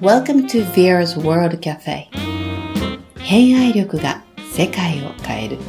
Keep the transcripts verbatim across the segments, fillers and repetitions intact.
Welcome to Vera's World Cafe 偏愛力が世界を変える。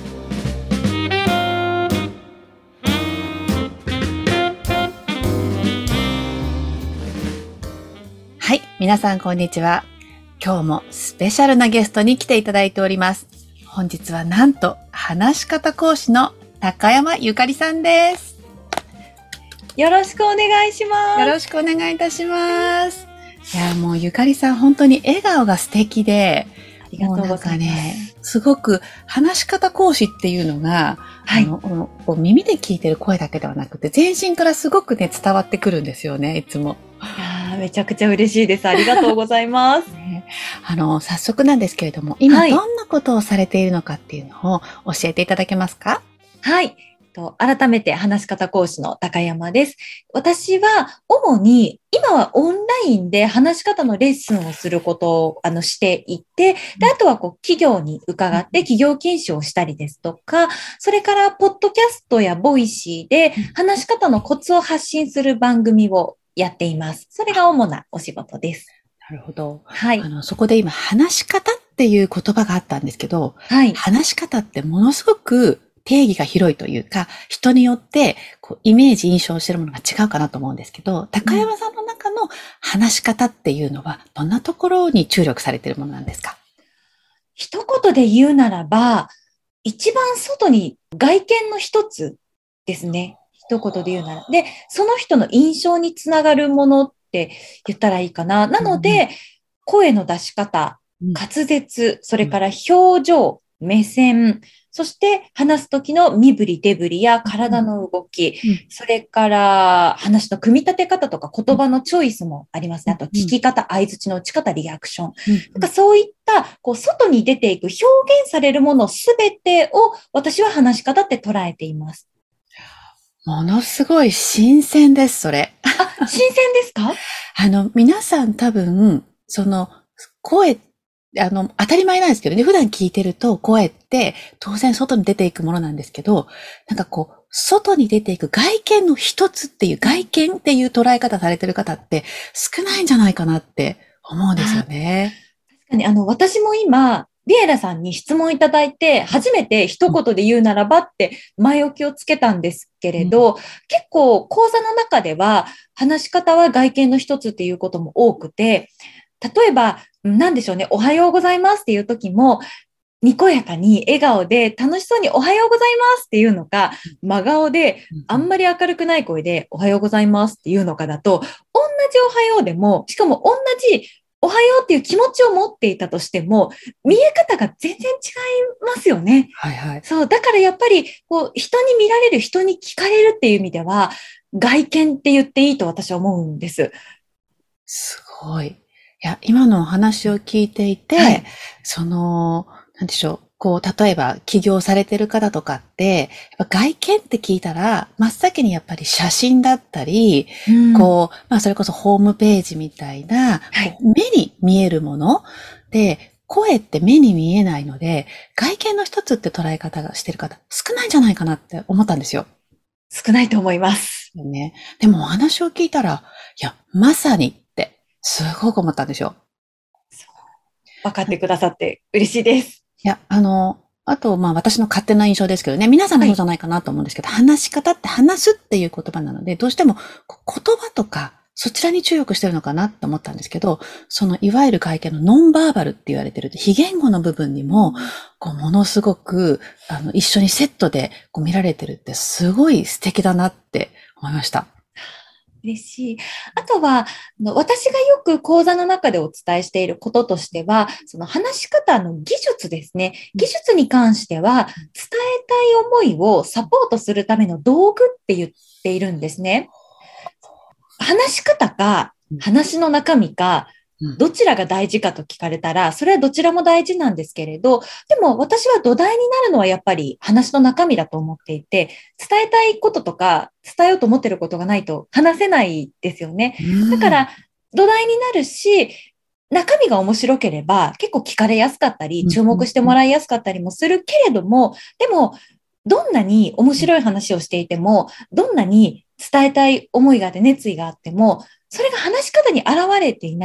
はい、皆さんこんにちは。今日もスペシャルなゲストに来ていただいております。本日はなんと話し方講師の高山ゆかりさんです。 よろしくお願いします。 よろしくお願いいたします。いや、もうゆかりさん本当に笑顔が素敵で、 ありがとうございます。 もうなんかね、すごく話し方講師っていうのが、 はい、 あのこう耳で聞いてる声だけではなくて、全身からすごくね、伝わってくるんですよね、いつも。 いやめちゃくちゃ嬉しいです。ありがとうございます。 ね、あの、早速なんですけれども、今どんなことをされているのかっていうのを教えていただけますか？ はい。改めて話し方講師の高山です。私は主に今はオンラインで話し方のレッスンをすることをあのしていて、で、あとはこう企業に伺って企業研修をしたりですとか、それからポッドキャストやボイシーで話し方のコツを発信する番組をやっています。それが主なお仕事です。 なるほど。 はい。 あの、そこで今話し方っていう言葉があったんですけど、 はい。 話し方ってものすごく定義が広いというか、人によってこうイメージ、印象をしているものが違うかなと思うんですけど、高山さんの中の話し方っていうのは、どんなところに注力されているものなんですか？ 一言で言うならば、一番外に外見の一つですね。一言で言うなら。で、その人の印象につながるものって言ったらいいかな。なので、うん、声の出し方、滑舌、それから表情、目線、そして話す時の身振り手振りや体の動き、うん、それから話の組み立て方とか言葉のチョイスもありますね。あと聞き方、相槌の打ち方、リアクション。うん、だからそういったこう外に出ていく表現されるものすべてを私は話し方って捉えています。 ものすごい新鮮です、それ。 あ、新鮮ですか？ あの、皆さん多分、その声ってあの、当たり前なんですけどね、普段聞いてると声って当然外に出ていくものなんですけど、なんかこう、外に出ていく外見の一つっていう、外見っていう捉え方されてる方って少ないんじゃないかなって思うんですよね。 確かに、あの、私も今、ビエラさんに質問いただいて、初めて一言で言うならばって前置きをつけたんですけれど、うん、結構講座の中では話し方は外見の一つっていうことも多くて、例えば、なんでしょうね、おはようございますっていう時も、にこやかに笑顔で楽しそうにおはようございますっていうのか、真顔であんまり明るくない声でおはようございますっていうのかだと、同じおはようでも、しかも同じおはようっていう気持ちを持っていたとしても、見え方が全然違いますよね。 はいはい。 そう、だからやっぱり、こう、人に見られる、人に聞かれるっていう意味では、外見って言っていいと私は思うんです。 すごい。いや、今のお話を聞いていて、はい、その、なんでしょう、こう、例えば起業されてる方とかって、やっぱ外見って聞いたら、真っ先にやっぱり写真だったり、うん、こう、まあそれこそホームページみたいな、はい、目に見えるもので、声って目に見えないので、外見の一つって捉え方がしてる方、少ないんじゃないかなって思ったんですよ。 少ないと思います。 ね、でもお話を聞いたら、いや、まさに、すごく思ったんですよ。 分かってくださって嬉しいです。 いや、あの、あと、まあ私の勝手な印象ですけどね、皆さんもそうじゃないかなと思うんですけど、はい、話し方って話すっていう言葉なので、どうしても言葉とか、そちらに注力してるのかなって思ったんですけど、そのいわゆる外見のノンバーバルって言われてる非言語の部分にも、こう、ものすごく、あの、一緒にセットでこう見られてるってすごい素敵だなって思いました。 嬉しい。あとは、私がよく講座の中でお伝えしていることとしては、その話し方の技術ですね。技術に関しては、伝えたい思いをサポートするための道具って言っているんですね。話し方か、話の中身か、どちらが大事かと聞かれたら、それはどちらも大事なんですけれど、でも私は土台になるのはやっぱり話の中身だと思っていて、伝えたいこととか伝えようと思っていることがないと話せないですよね。だから土台になるし、中身が面白ければ結構聞かれやすかったり、注目してもらいやすかったりもするけれども、でもどんなに面白い話をしていても、どんなに伝えたい思いがあって熱意があっても、それが話し方に現れていない。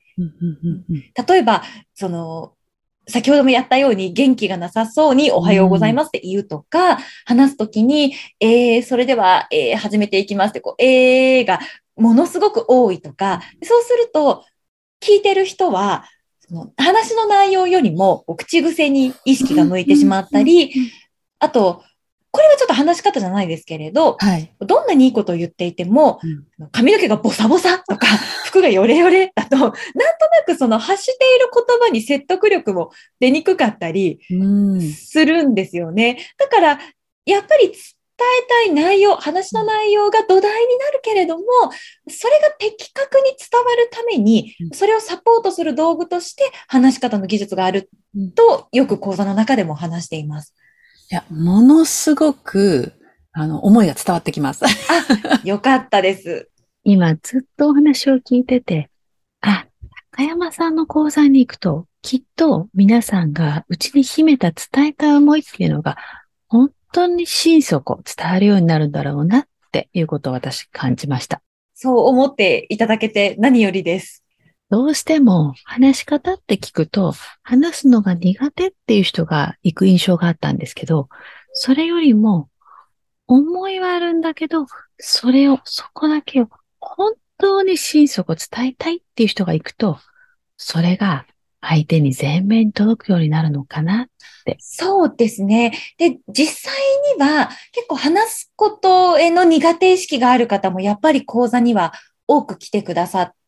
うんうんうんうん、 例えば、その、先ほどもやったように元気がなさそうにおはようございますって言うとか、話すときに、えー、それでは、えー、始めていきますって、こう、えーがものすごく多いとか、そうすると、聞いてる人は、その話の内容よりも、口癖に意識が向いてしまったり、あと、これはちょっと話し方じゃないですけれど、 はい。 どんなにいいことを言っていても、 うん、 髪の毛がボサボサとか、服がヨレヨレだと、なんとなくその発している言葉に説得力も出にくかったりうん、 するんですよね。だから、やっぱり伝えたい内容、話の内容が土台になるけれども、それが的確に伝わるために、それをサポートする道具として話し方の技術があると、よく講座の中でも話しています。 いや、ものすごく、あの、思いが伝わってきます。 あ、よかったです。 今ずっとお話を聞いてて、あ、高山さんの講座に行くと、きっと皆さんがうちに秘めた伝えたい思いっていうのが、本当に心底伝わるようになるんだろうなっていうことを私感じました。 そう思っていただけて何よりです。 どうしても話し方って聞くと、話すのが苦手っていう人が行く印象があったんですけど、それよりも思いはあるんだけど、それを、そこだけを本当に心底伝えたいっていう人が行くと、それが相手に全面に届くようになるのかなって。 そうですね。で、実際には結構話すことへの苦手意識がある方もやっぱり講座には多く来てくださって、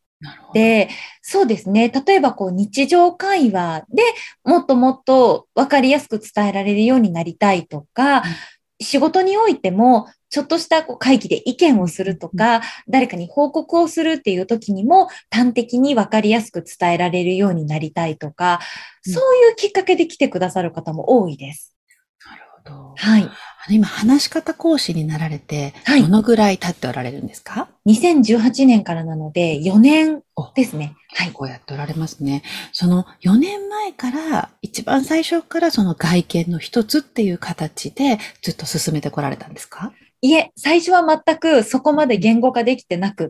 そうですね。例えばこう日常会話でもっともっとわかりやすく伝えられるようになりたいとか、うん仕事においても、ちょっとした会議で意見をするとか、誰かに報告をするっていう時にも、端的に分かりやすく伝えられるようになりたいとか、そういうきっかけで来てくださる方も多いです。 なるほど。 はい。 あの今、話し方講師になられて、どのぐらい経っておられるんですか？ にせんじゅうはちねんからなので、よねんですね。 はい。こうやっておられますね。そのよねんまえから、一番最初からその外見の一つっていう形でずっと進めてこられたんですか？ いえ、最初は全くそこまで言語化できてなくって、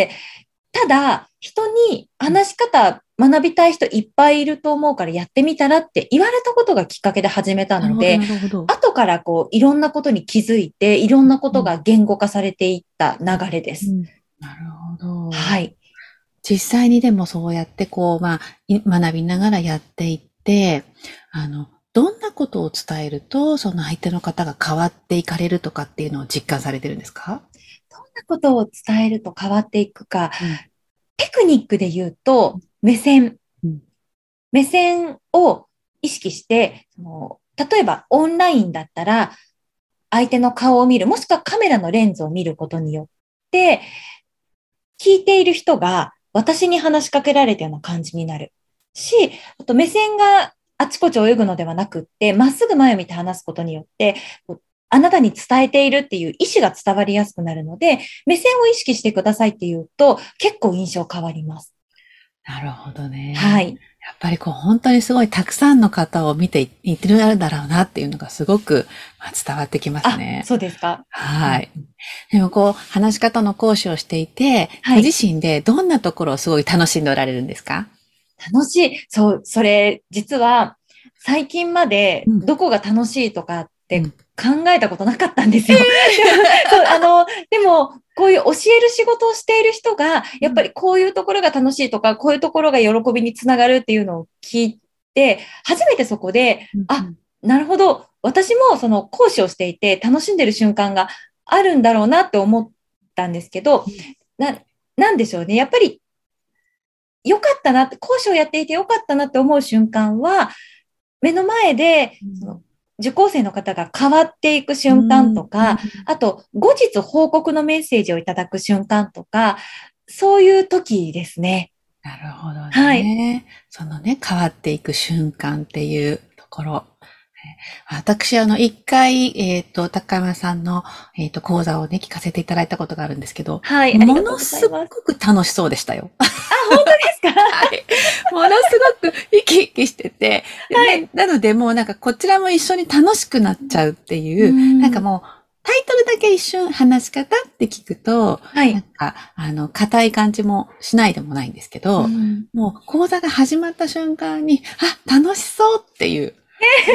ただ、人に話し方学びたい人いっぱいいると思うからやってみたらって言われたことがきっかけで始めたので、後からこういろんなことに気づいて、いろんなことが言語化されていった流れです。うん、 なるほど。 はい。 実際にでもそうやってこう、まあ、学びながらやっていって、あの、どんなことを伝えると、その相手の方が変わっていかれるとかっていうのを実感されてるんですか？ どんなことを伝えると変わっていくか、うん、テクニックで言うと、目線。うん、目線を意識して、その例えばオンラインだったら、相手の顔を見る、もしくはカメラのレンズを見ることによって、聞いている人が私に話しかけられたような感じになるし、あと目線があちこち泳ぐのではなくって、まっすぐ前を見て話すことによって、あなたに伝えているっていう意思が伝わりやすくなるので、目線を意識してくださいっていうと、結構印象変わります。 なるほどね。 はい。 やっぱりこう本当にすごいたくさんの方を見ていってるんだろうなっていうのがすごく伝わってきますね。 あ、そうですか。 はい。でもこう話し方の講師をしていて、はい、ご自身でどんなところをすごい楽しんでおられるんですか？ 楽しい。そう、それ実は最近までどこが楽しいとかって考えたことなかったんですよ。うんそうあのでもこういう教える仕事をしている人が、やっぱりこういうところが楽しいとか、こういうところが喜びにつながるっていうのを聞いて、初めてそこで、うん、あ、なるほど。私もその講師をしていて楽しんでる瞬間があるんだろうなって思ったんですけど、な、なんでしょうね。やっぱり良かったなって、講師をやっていて良かったなって思う瞬間は、目の前で、その受講生の方が変わっていく瞬間とか、あと、後日報告のメッセージをいただく瞬間とか、そういう時ですね。 なるほどね。はい。そのね、変わっていく瞬間っていうところ。私、あの、一回、えっと、高山さんの、えっと、講座をね、聞かせていただいたことがあるんですけど、 はい、 ものすごく楽しそうでしたよ。 あ、本当ですか？ はい。ものすごく生き生きしてて、はい、なので、もうなんかこちらも一緒に楽しくなっちゃうっていう、うん、なんかもタイトルだけ一瞬話し方って聞くと、 はい。 なんか、あの、硬い感じもしないでもないんですけど、 うんもう講座が始まった瞬間に、あ、楽しそうっていう。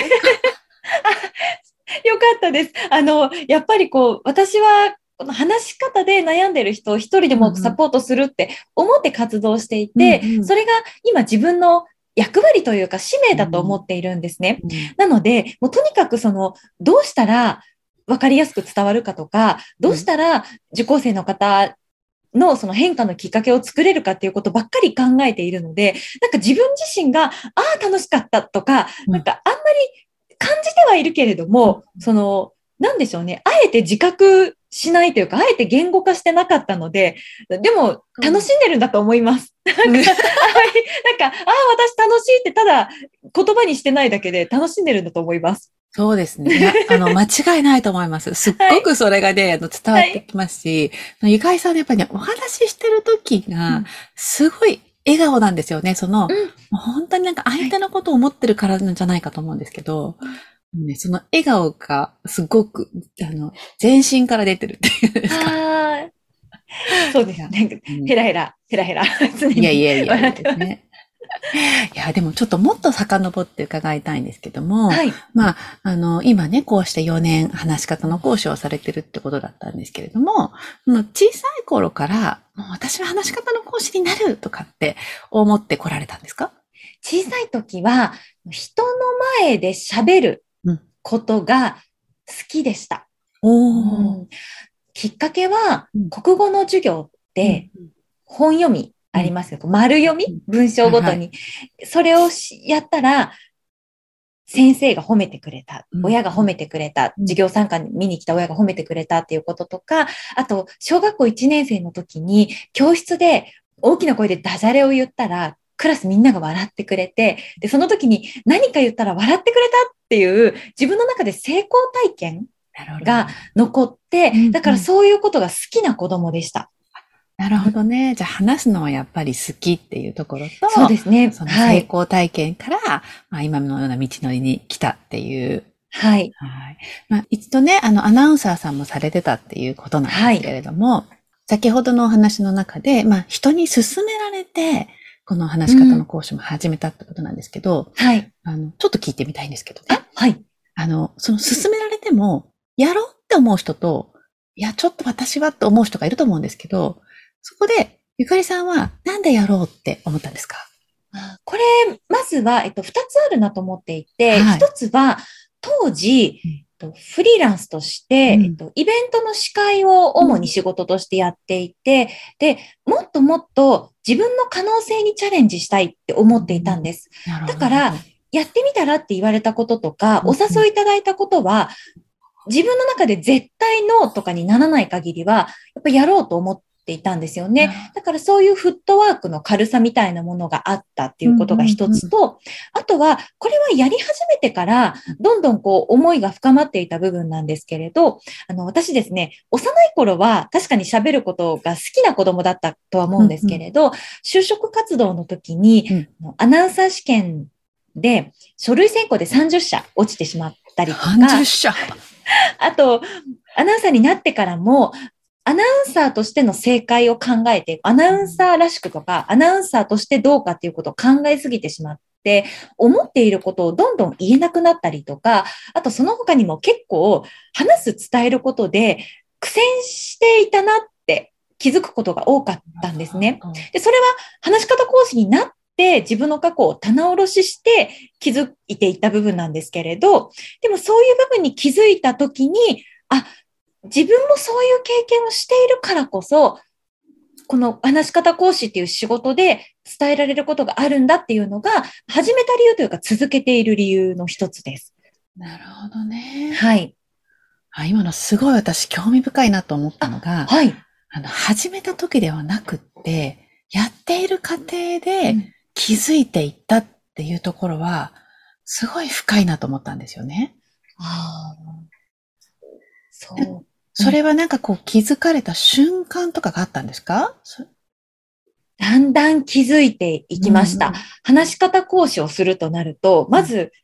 よかったです。あの、やっぱりこう、私は、この話し方で悩んでる人を一人でもサポートするって思って活動していて、 うんうんそれが今自分の役割というか使命だと思っているんですね。 うんなので、もうとにかくその、どうしたら分かりやすく伝わるかとか、どうしたら受講生の方のその変化のきっかけを作れるかっていうことばっかり考えているので、なんか自分自身が、ああ、楽しかったとか、 うんなんかあんまり感じてはいるけれども、その、なんでしょうね、あえて自覚しないというか、あえて言語化してなかったので、でも楽しんでるんだと思います。なんか、あんまり、なんか、ああ、私楽しいってただ言葉にしてないだけで楽しんでるんだと思います。 そうですね。いや、あの、間違いないと思います。すっごくそれがね、あの、伝わってきますし、ゆかりさんのやっぱりね、お話ししてる時が、すごい笑顔なんですよね。その、 うん、 もう本当になんか相手のことを思ってるからなんじゃないかと思うんですけど、ね、その笑顔がすごく、あの、全身から出てるっていうんですか。 あーそうですね。 うんヘラヘラ、ヘラヘラ。常にいやいやいやいや笑ってます。 ですね。いや、でもちょっともっと遡って伺いたいんですけども、 はい。 まあ、あの、今ね、こうしてよねん話し方の講師をされてるってことだったんですけれども、もう小さい頃から、もう私は話し方の講師になるとかって思ってこられたんですか？ 小さい時は、人の前で喋ることが好きでした。 おー。 うんきっかけはうん、 国語の授業で本読みありますよ。丸読み文章ごとに。それをしやったら、先生が褒めてくれた。 うん親が褒めてくれた。 うん授業参加に見に来た親が褒めてくれたっていうこととか、あと、小学校いちねん生の時に、教室で大きな声でダジャレを言ったら、クラスみんなが笑ってくれて、で、その時に何か言ったら笑ってくれたっていう、自分の中で成功体験なるほどが残ってうんうん、 だからそういうことが好きな子供でした。 なるほどね。じゃあ話すのはやっぱり好きっていうところと、 そうですね。 その成はい。 功体験から、まあ今のような道のりに来たっていう。 はい。 はい。まあ一度ね、あのアナウンサーさんもされてたっていうことなんですけれども、先ほどのお話の中で、まあ人に勧められて、この話し方の講師も始めたってことなんですけど、 はい。 あの、ちょっと聞いてみたいんですけどね。 あ、はい。 あの、その勧められても、やろうって思う人と、いや、ちょっと私はって思う人がいると思うんですけど、そこで、ゆかりさんは、なんでやろうって思ったんですか？ これ、まずは、えっと、二つあるなと思っていて、 はい一つは、当時、 うんえっとフリーランスとして、 うんえっと、イベントの司会を主に仕事としてやっていて、で、もっともっと自分の可能性にチャレンジしたいって思っていたんです。 なるほどだから、やってみたらって言われたこととか、 うんお誘いいただいたことは、自分の中で絶対ノーとかにならない限りは、やっぱりやろうと思っていたんですよね。だからそういうフットワークの軽さみたいなものがあったっていうことが一つと、あとは、これはやり始めてから、どんどんこう思いが深まっていた部分なんですけれど、あの、私ですね、幼い頃は確かに喋ることが好きな子供だったとは思うんですけれど、就職活動の時に、アナウンサー試験で書類選考でさんじゅっしゃ落ちてしまったりとか、 さんじゅっしゃあと、アナウンサーになってからも、アナウンサーとしての正解を考えて、アナウンサーらしくとか、アナウンサーとしてどうかっていうことを考えすぎてしまって、思っていることをどんどん言えなくなったりとか、あとその他にも結構話す伝えることで苦戦していたなって気づくことが多かったんですね。で、それは話し方講師になって自分の過去を棚卸しして気づいていった部分なんですけれど、でもそういう部分に気づいたときに、あ、自分もそういう経験をしているからこそ、この話し方講師っていう仕事で伝えられることがあるんだっていうのが、始めた理由というか続けている理由の一つです。 なるほどね。 はい。 あ、今のすごい私興味深いなと思ったのが、 はい。 あの、始めた時ではなくって、やっている過程で気づいていったっていうところは、すごい深いなと思ったんですよね。 ああ。そう。 それはなんかこう気づかれた瞬間とかがあったんですか？ だんだん気づいていきました。 うんうん、 話し方講師をするとなると、まず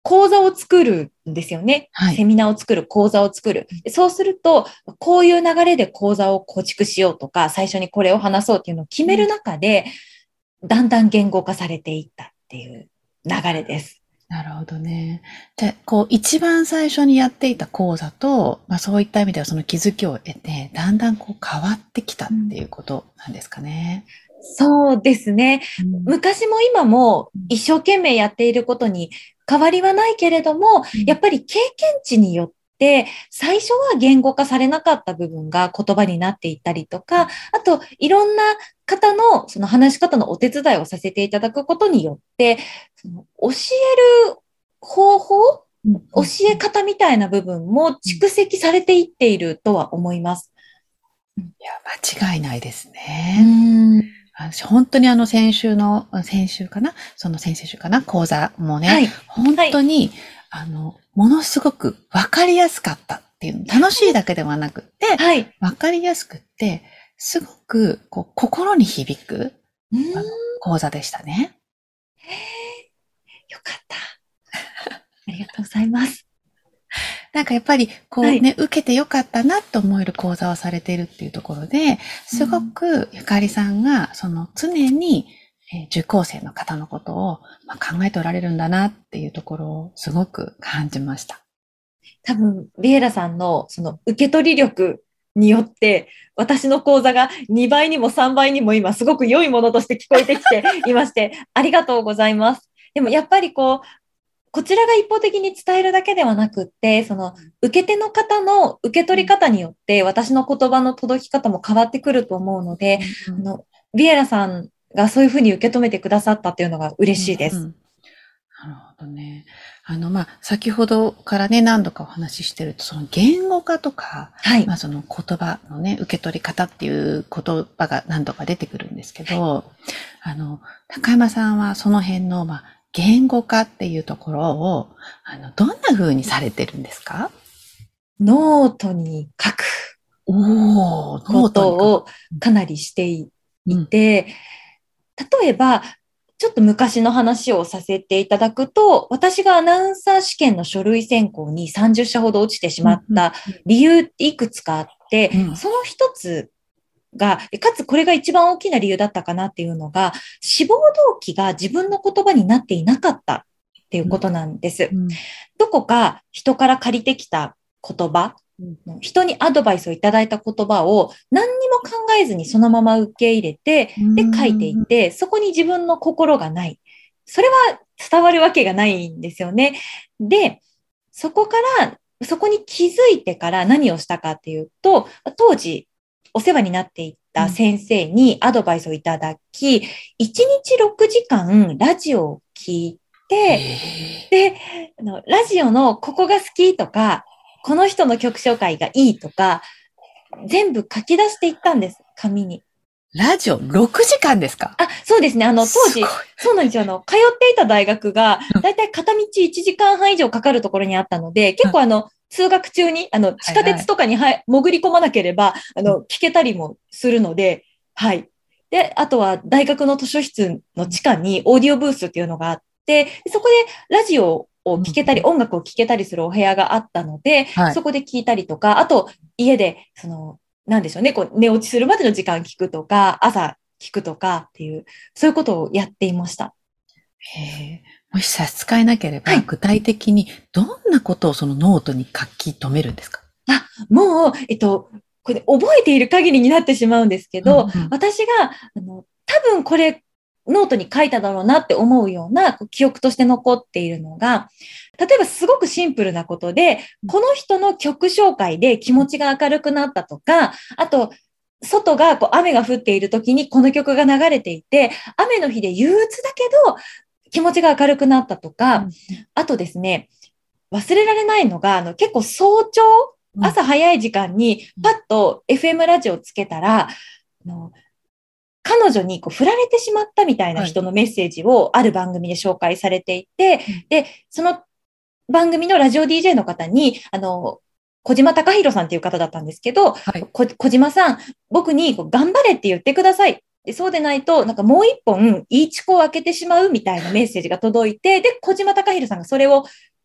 講座を作るんですよね。 はい。 セミナーを作る、講座を作る。そうすると、こういう流れで講座を構築しようとか、最初にこれを話そうっていうのを決める中で、だんだん言語化されていったっていう流れです。 なるほどね。じゃあ、こう、一番最初にやっていた講座と、まあそういった意味ではその気づきを得て、だんだんこう変わってきたっていうことなんですかね。 そうですね。 うん昔も今も一生懸命やっていることに変わりはないけれども、 うんやっぱり経験値によって最初は言語化されなかった部分が言葉になっていったりとか、あといろんな方のその話し方のお手伝いをさせていただくことによって、その教える方法、 うん教え方みたいな部分も蓄積されていっているとは思います。 いや、間違いないですうね。 ーん私本当にあの先週の、先週かなその先々週かな講座もね、 はい。 本当に、あの、ものすごくわかりやすかったっていう、楽しいだけではなくて、 はい。 わかりやすくって、すごくこう心に響くうーんあの講座でしたね。 よかった。ありがとうございます。 なんかやっぱりこうはいね、受けてよかったなと思える講座をされているっていうところで、すごくゆかりさんがその常にえー受講生の方のことをまあ考えておられるんだなっていうところをすごく感じました。 多分、ビエラさんのその受け取り力によって、私の講座がにばいにもさんばいにも今すごく良いものとして聞こえてきていまして、ありがとうございます。でもやっぱりこう、こちらが一方的に伝えるだけではなくって、その受け手の方の受け取り方によって私の言葉の届き方も変わってくると思うので、 うんあのビエラさんがそういうふうに受け止めてくださったっていうのが嬉しいです。 うんうんなるほどね。あの、まあ、先ほどからね、何度かお話ししてると、その言語化とか、 はい。 まあ、その言葉のね、受け取り方っていう言葉が何度か出てくるんですけど、あの、高山さんはその辺の、まあ、言語化っていうところを、あの、どんな風にされてるんですか？ ノートに書くおー、 こノートにとをかなりしていて、例えば、ちょっと昔の話をさせていただくと、私がアナウンサー試験の書類選考にさんじゅっしゃほど落ちてしまった理由っていくつかあって、 うんその一つが、かつこれが一番大きな理由だったかなっていうのが、志望動機が自分の言葉になっていなかったっていうことなんです。 うんどこか人から借りてきた言葉、人にアドバイスをいただいた言葉を何にも考えずにそのまま受け入れて、で書いていて、そこに自分の心がない。それは伝わるわけがないんですよね。で、そこから、そこに気づいてから何をしたかっていうと、当時お世話になっていた先生にアドバイスをいただき、いちにちろくじかんラジオを聞いて、で、あのラジオのここが好きとか、この人の曲紹介がいいとか、全部書き出していったんです、紙に。 ラジオろくじかんですか？ あ、そうですね。あの、当時すごい、 そうなんですよ。あの、通っていた大学が、だいたい片道いちじかんはん以上かかるところにあったので、結構あの、通学中に、あの、地下鉄とかには潜り込まなければ、あの、聞けたりもするので、はい。で、あとは大学の図書室の地下にオーディオブースっていうのがあって、そこでラジオを聞けたり、音楽を聴けたりするお部屋があったので、 はいそこで聞いたりとか、あと、家で、その、なんでしょうね、こう、寝落ちするまでの時間聞くとか、朝聞くとかっていう、そういうことをやっていました。 へえ。もし差し支えなければ、 はい具体的にどんなことをそのノートに書き留めるんですか？ あ、もう、えっと、これ覚えている限りになってしまうんですけど、 うんうん私が、あの、多分これ、ノートに書いただろうなって思うようなこう記憶として残っているのが、例えばすごくシンプルなことで、この人の曲紹介で気持ちが明るくなったとか、あと、外がこう雨が降っている時にこの曲が流れていて、雨の日で憂鬱だけど気持ちが明るくなったとか、 うんあとですね、忘れられないのが、あの結構早朝、朝早い時間にパッと エフエム ラジオをつけたら、あの彼女にこう振られてしまったみたいな人のメッセージをある番組で紹介されていて、で、その番組のラジオ ディージェー の方に、あの、小島貴弘さんっていう方だったんですけど、 はいこ小島さん、僕にこう頑張れって言ってください。でそうでないと、なんかもう一本、いいチコを開けてしまうみたいなメッセージが届いて、で、小島貴弘さんがそれを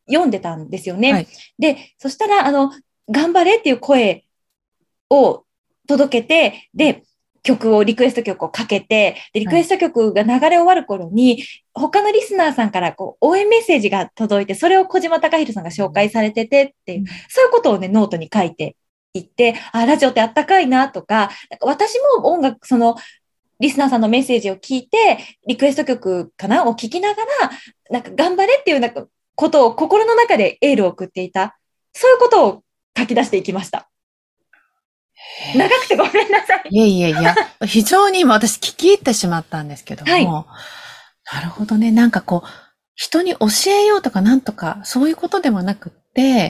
読んでたんですよね。 はい。 で、そしたら、あの、頑張れっていう声を届けて、で、曲を、リクエスト曲をかけて、で、リクエスト曲が流れ終わる頃に、他のリスナーさんからこう応援メッセージが届いて、それを小島貴弘さんが紹介されててっていう、 うんそういうことをね、ノートに書いていって、あ、ラジオってあったかいなとか、私も音楽、その、リスナーさんのメッセージを聞いて、リクエスト曲かなを聞きながら、なんか頑張れっていうなんかことを心の中でエールを送っていた。そういうことを書き出していきました。長くてごめんなさい。 いえいえいや、非常に今私聞き入ってしまったんですけども、 はいなるほどね。なんかこう、人に教えようとかなんとか、そういうことではなくって、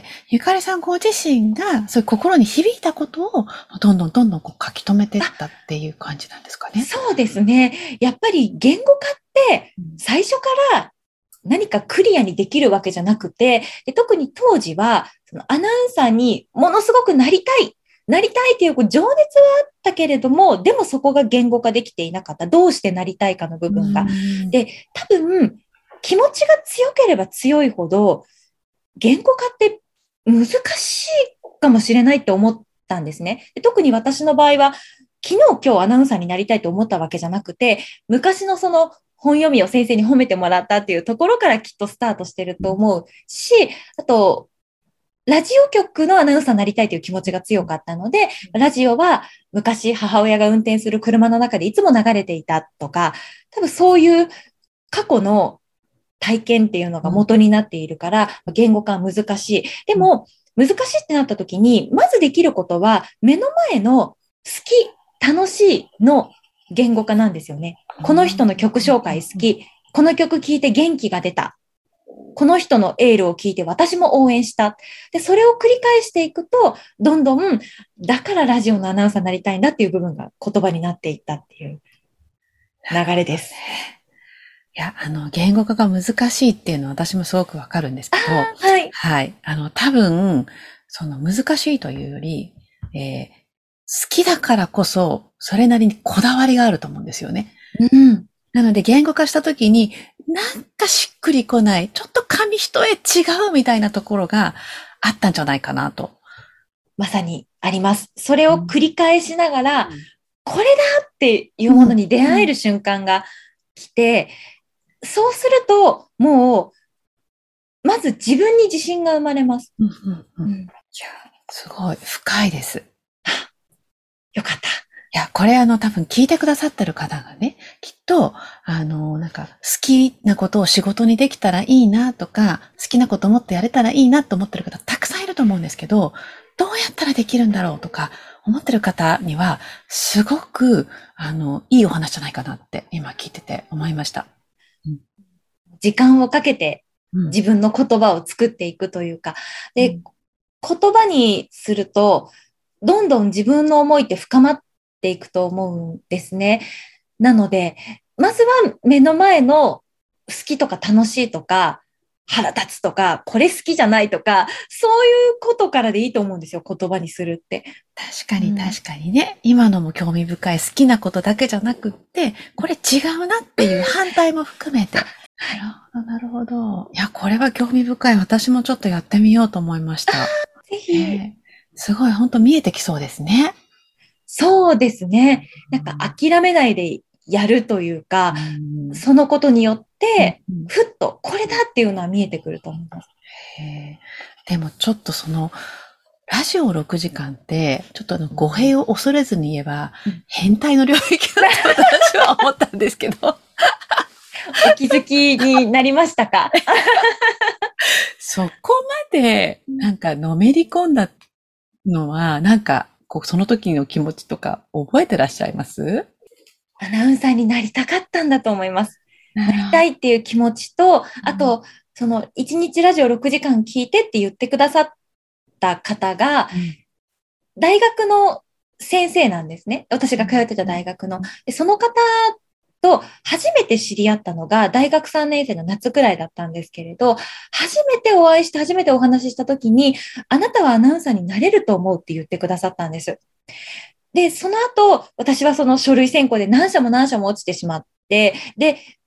ゆかりさんご自身がそういう心に響いたことをどんどんどんどんこう書き留めていったっていう感じなんですかね。 そうですね。やっぱり言語化って最初から何かクリアにできるわけじゃなくて、で特に当時はそのアナウンサーにものすごくなりたい、なりたいっていうこう情熱はあったけれども、でもそこが言語化できていなかった。どうしてなりたいかの部分が。 うんで、多分気持ちが強ければ強いほど、言語化って難しいかもしれないって思ったんですね。で特に私の場合は、昨日今日アナウンサーになりたいと思ったわけじゃなくて、昔のその本読みを先生に褒めてもらったっていうところからきっとスタートしてると思うし、あと、ラジオ局のアナウンサーになりたいという気持ちが強かったので、ラジオは昔母親が運転する車の中でいつも流れていたとか、多分そういう過去の体験っていうのが元になっているから、言語化は難しい。でも、難しいってなった時に、まずできることは、目の前の好き、楽しいの言語化なんですよね。この人の曲紹介好き、この曲聴いて元気が出た。この人のエールを聞いて私も応援した。で、それを繰り返していくと、どんどん、だからラジオのアナウンサーになりたいんだっていう部分が言葉になっていったっていう流れです。 いや、あの、言語化が難しいっていうのは私もすごくわかるんですけど、 はい。 はい。あの、多分、その難しいというより、えー好きだからこそ、それなりにこだわりがあると思うんですよね。 うん。 なので、言語化したときに、なんかしっくりこない、ちょっと紙一重違うみたいなところがあったんじゃないかなと。 まさにあります。それを繰り返しながら、 うんこれだっていうものに出会える瞬間が来て、そうすると、もう、まず自分に自信が生まれます。 うんうんうんうんいや、すごい深いです。 よかった。 いや、これあの多分聞いてくださってる方がね、きっと、あの、なんか好きなことを仕事にできたらいいなとか、好きなこともっとやれたらいいなと思ってる方たくさんいると思うんですけど、どうやったらできるんだろうとか、思ってる方には、すごく、あの、いいお話じゃないかなって今聞いてて思いました。 時間をかけてうん自分の言葉を作っていくというか、で、 うん言葉にすると、どんどん自分の思いって深まっていくと思うんですね。なので、まずは目の前の好きとか楽しいとか、腹立つとか、これ好きじゃないとか、そういうことからでいいと思うんですよ、言葉にするって。 確かうんに確かにね、今のも興味深い好きなことだけじゃなくって、これ違うなっていう反対も含めて。なるほど、なるほど。いや、これは興味深い。私もちょっとやってみようと思いました。 ぜひ。 えーすごい、本当見えてきそうですね。 そうですね。なんか諦めないでやるというか、 うんそのことによって、 うんふっとこれだっていうのは見えてくると思います。 えーでもちょっとその、ラジオろくじかんって、ちょっとあの語弊を恐れずに言えば、 うん変態の領域だと私は思ったんですけど、 お気づきになりましたか？ そこまでなんかのめり込んだのは、なんかこうその時の気持ちとか覚えてらっしゃいます？ アナウンサーになりたかったんだと思います。 ななりたいっていう気持ちと、あと、そのいちにちラジオろくじかん聞いてって言ってくださった方が、大学の先生なんですね。私が通ってた大学の。でその方と初めて知り合ったのが大学さんねん生の夏くらいだったんですけれど、初めてお会いして初めてお話ししたときに、あなたはアナウンサーになれると思うって言ってくださったんです。で、その後、私はその書類選考で何社も何社も落ちてしまって、で、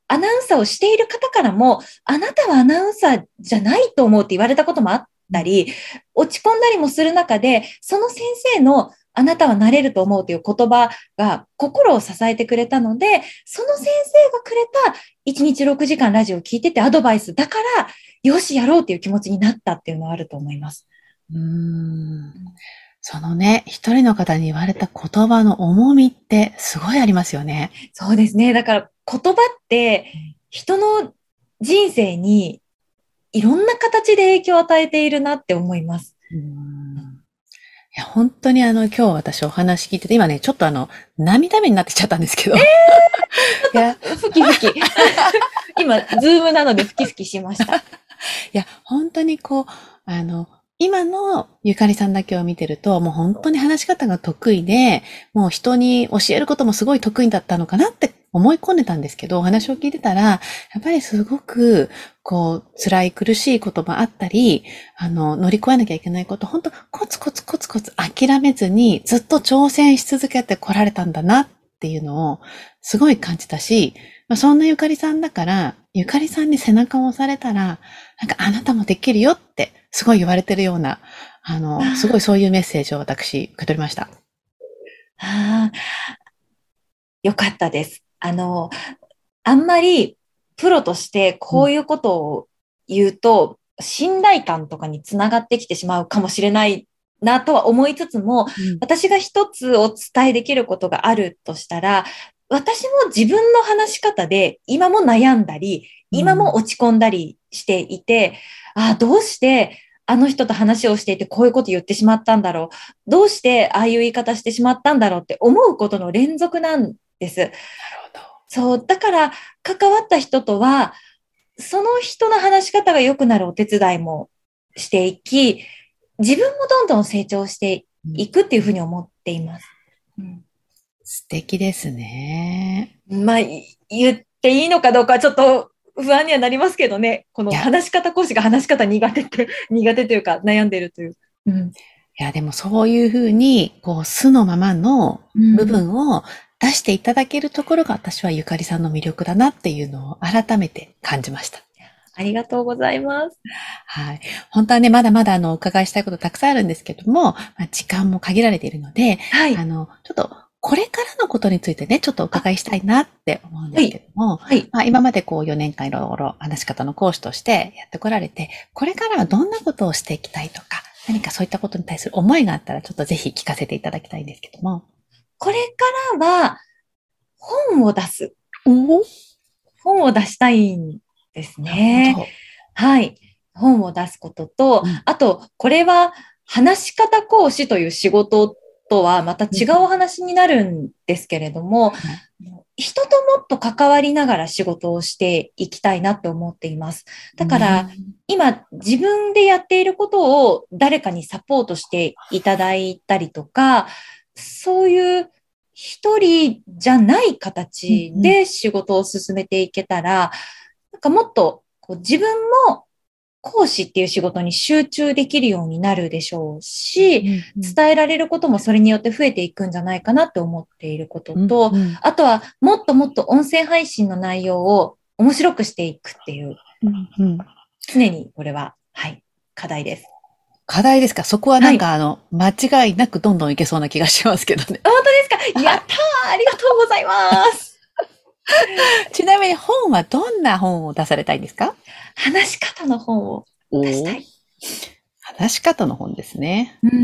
アナウンサーをしている方からも、あなたはアナウンサーじゃないと思うって言われたこともあったり、落ち込んだりもする中で、その先生のあなたはなれると思うという言葉が心を支えてくれたので、その先生がくれたいちにちろくじかんラジオを聞いててアドバイスだから、よしやろうっていう気持ちになったっていうのはあると思います。 うーん。そのね、一人の方に言われた言葉の重みってすごいありますよね。 そうですね。だから言葉って人の人生にいろんな形で影響を与えているなって思います。 うーん。いや、本当にあの、今日私お話聞いてて、今ね、ちょっとあの、涙目になってきちゃったんですけど。 えー、 いや、 ふきふき。今、ズームなのでふきふきしました。 いや、本当にこう、あの、今のゆかりさんだけを見てると、もう本当に話し方が得意で、もう人に教えることもすごい得意だったのかなって思い込んでたんですけど、お話を聞いてたら、やっぱりすごく、こう、辛い苦しいこともあったり、あの、乗り越えなきゃいけないこと、本当コツコツコツコツ諦めずにずっと挑戦し続けてこられたんだなっていうのをすごい感じたし、まあ、そんなゆかりさんだから、ゆかりさんに背中を押されたら、なんかあなたもできるよってすごい言われてるような、あの、すごいそういうメッセージを私受け取りました。 ああ、よかったです。あの、あんまりプロとしてこういうことを言うと、うん、信頼感とかにつながってきてしまうかもしれないなとは思いつつも、うん、私が一つお伝えできることがあるとしたら、私も自分の話し方で今も悩んだり、今も落ち込んだりしていて、うん、ああ、どうしてあの人と話をしていてこういうこと言ってしまったんだろう。どうしてああいう言い方してしまったんだろうって思うことの連続なんです。なるほど。そう、だから関わった人とは、その人の話し方が良くなるお手伝いもしていき、自分もどんどん成長していくっていうふうに思っています。うん、 素敵ですね。 まあ、言っていいのかどうかはちょっと不安にはなりますけどね。この話し方講師が話し方苦手って、苦手というか悩んでいるという。うん、 いや、でもそういうふうに、こう、素のままの部分を出していただけるところが私はゆかりさんの魅力だなっていうのを改めて感じました。 ありがとうございます。 はい。本当はね、まだまだあの、お伺いしたいことたくさんあるんですけども、まあ、時間も限られているので、はい。あの、ちょっと、これからのことについてね、ちょっとお伺いしたいなって思うんですけども、はい。はい、まあ、今までこうよねんかんいろいろ話し方の講師としてやってこられて、これからはどんなことをしていきたいとか、何かそういったことに対する思いがあったら、ちょっとぜひ聞かせていただきたいんですけども。 これからは、本を出す。 お本を出したいんですね。はい。本を出すことと、うん、あと、これは話し方講師という仕事とはまた違うお話になるんですけれども、うん、人ともっと関わりながら仕事をしていきたいなって思っています。だから、うん、今自分でやっていることを誰かにサポートしていただいたりとか、そういう一人じゃない形で仕事を進めていけたら、なんかもっとこう自分も講師っていう仕事に集中できるようになるでしょうし、伝えられることもそれによって増えていくんじゃないかなって思っていることと、あとはもっともっと音声配信の内容を面白くしていくっていう、常にこれは、はい、課題です。 課題ですか？そこはなんか、はい、あの、間違いなくどんどんいけそうな気がしますけどね。 本当ですか？やったー、ありがとうございます。 ちなみに本はどんな本を出されたいんですか？ 話し方の本を出したい。 話し方の本ですね。 うん、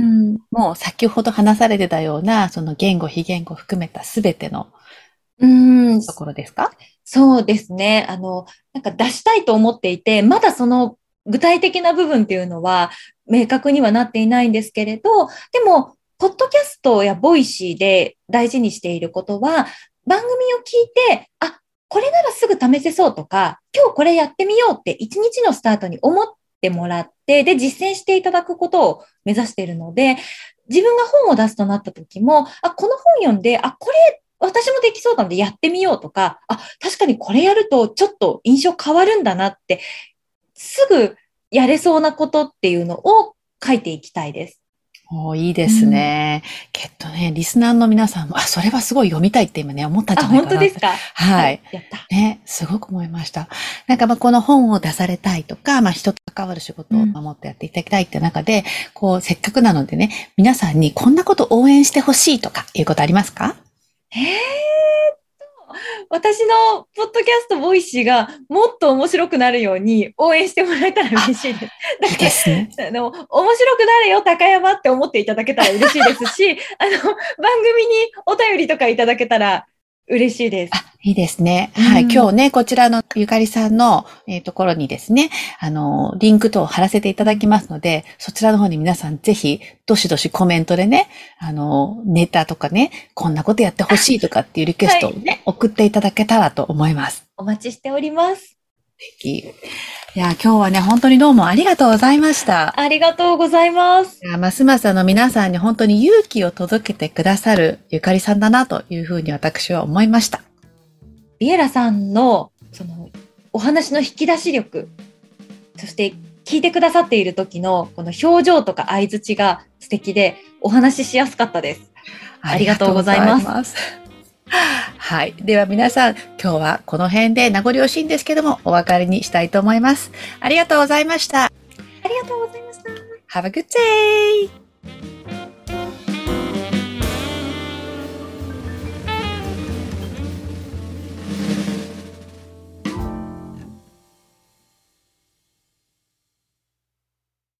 もう先ほど話されてたような、その言語、非言語含めたすべてのうんところですか？ そうですね。あの、なんか出したいと思っていて、まだその具体的な部分っていうのは明確にはなっていないんですけれど、でも、ポッドキャストやボイシーで大事にしていることは、番組を聞いて、あ、これならすぐ試せそうとか、今日これやってみようって一日のスタートに思ってもらって、で、実践していただくことを目指しているので、自分が本を出すとなった時も、あ、この本読んで、あ、これ私もできそうなんでやってみようとか、あ、確かにこれやるとちょっと印象変わるんだなって、すぐやれそうなことっていうのを書いていきたいです。 おーいいですね。きっとね、リスナーの皆さんも、あ、それはすごい読みたいって今ね、思ったんじあ、 ゃないかなって。 本当ですか？ はい。 やった。 ね、すごく思いました。なんかまあこの本を出されたいとか、まあ人と関わる仕事を守ってやっていただきたいって中で、こうせっかくなのでね、皆さんにこんなこと応援してほしいとかいうことありますか？ えー私のポッドキャストボイシーがもっと面白くなるように応援してもらえたら嬉しいです。 いいですね。 あの、面白くなれよ、高山って思っていただけたら嬉しいですし、あの、番組にお便りとかいただけたら嬉しいです。 あ、いいですね。はい。 うん今日ね、こちらのゆかりさんの、えーところにですね、あの、リンク等を貼らせていただきますので、そちらの方に皆さんぜひ、どしどしコメントでね、あの、ネタとかね、こんなことやってほしいとかっていうリクエストをね、送っていただけたらと思います。 お待ちしております。 いや、今日はね、本当にどうもありがとうございました。 ありがとうございます。 いやますますあの皆さんに本当に勇気を届けてくださるゆかりさんだなというふうに私は思いました。 ビエラさんの、その、お話の引き出し力、そして聞いてくださっている時のこの表情とか相槌が素敵で、お話ししやすかったです。ありがとうございますありがとうございます。はい。では皆さん、今日はこの辺で名残惜しいんですけども、お別れにしたいと思います。ありがとうございました。 ありがとうございました。 Have a good day!